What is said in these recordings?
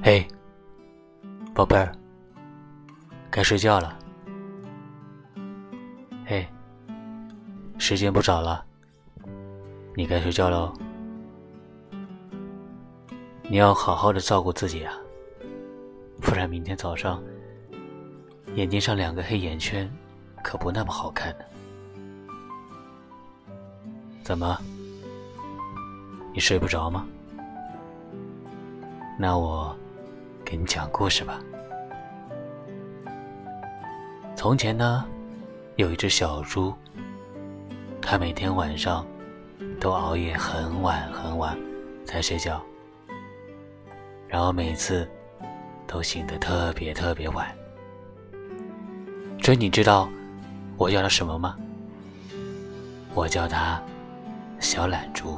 嘿，宝贝儿，该睡觉了。嘿，时间不早了，你该睡觉喽。你要好好的照顾自己啊，不然明天早上眼睛上2个黑眼圈可不那么好看呢。怎么，你睡不着吗？那我给你讲故事吧。从前呢，有一只小猪，它每天晚上都熬夜很晚很晚才睡觉，然后每次都醒得特别特别晚。所以你知道我叫它什么吗？我叫它小懒猪。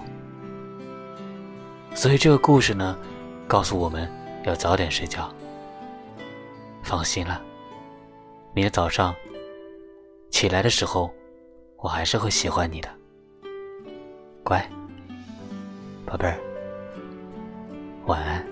所以这个故事呢，告诉我们要早点睡觉。放心了，明天早上起来的时候，我还是会喜欢你的。乖，宝贝儿，晚安。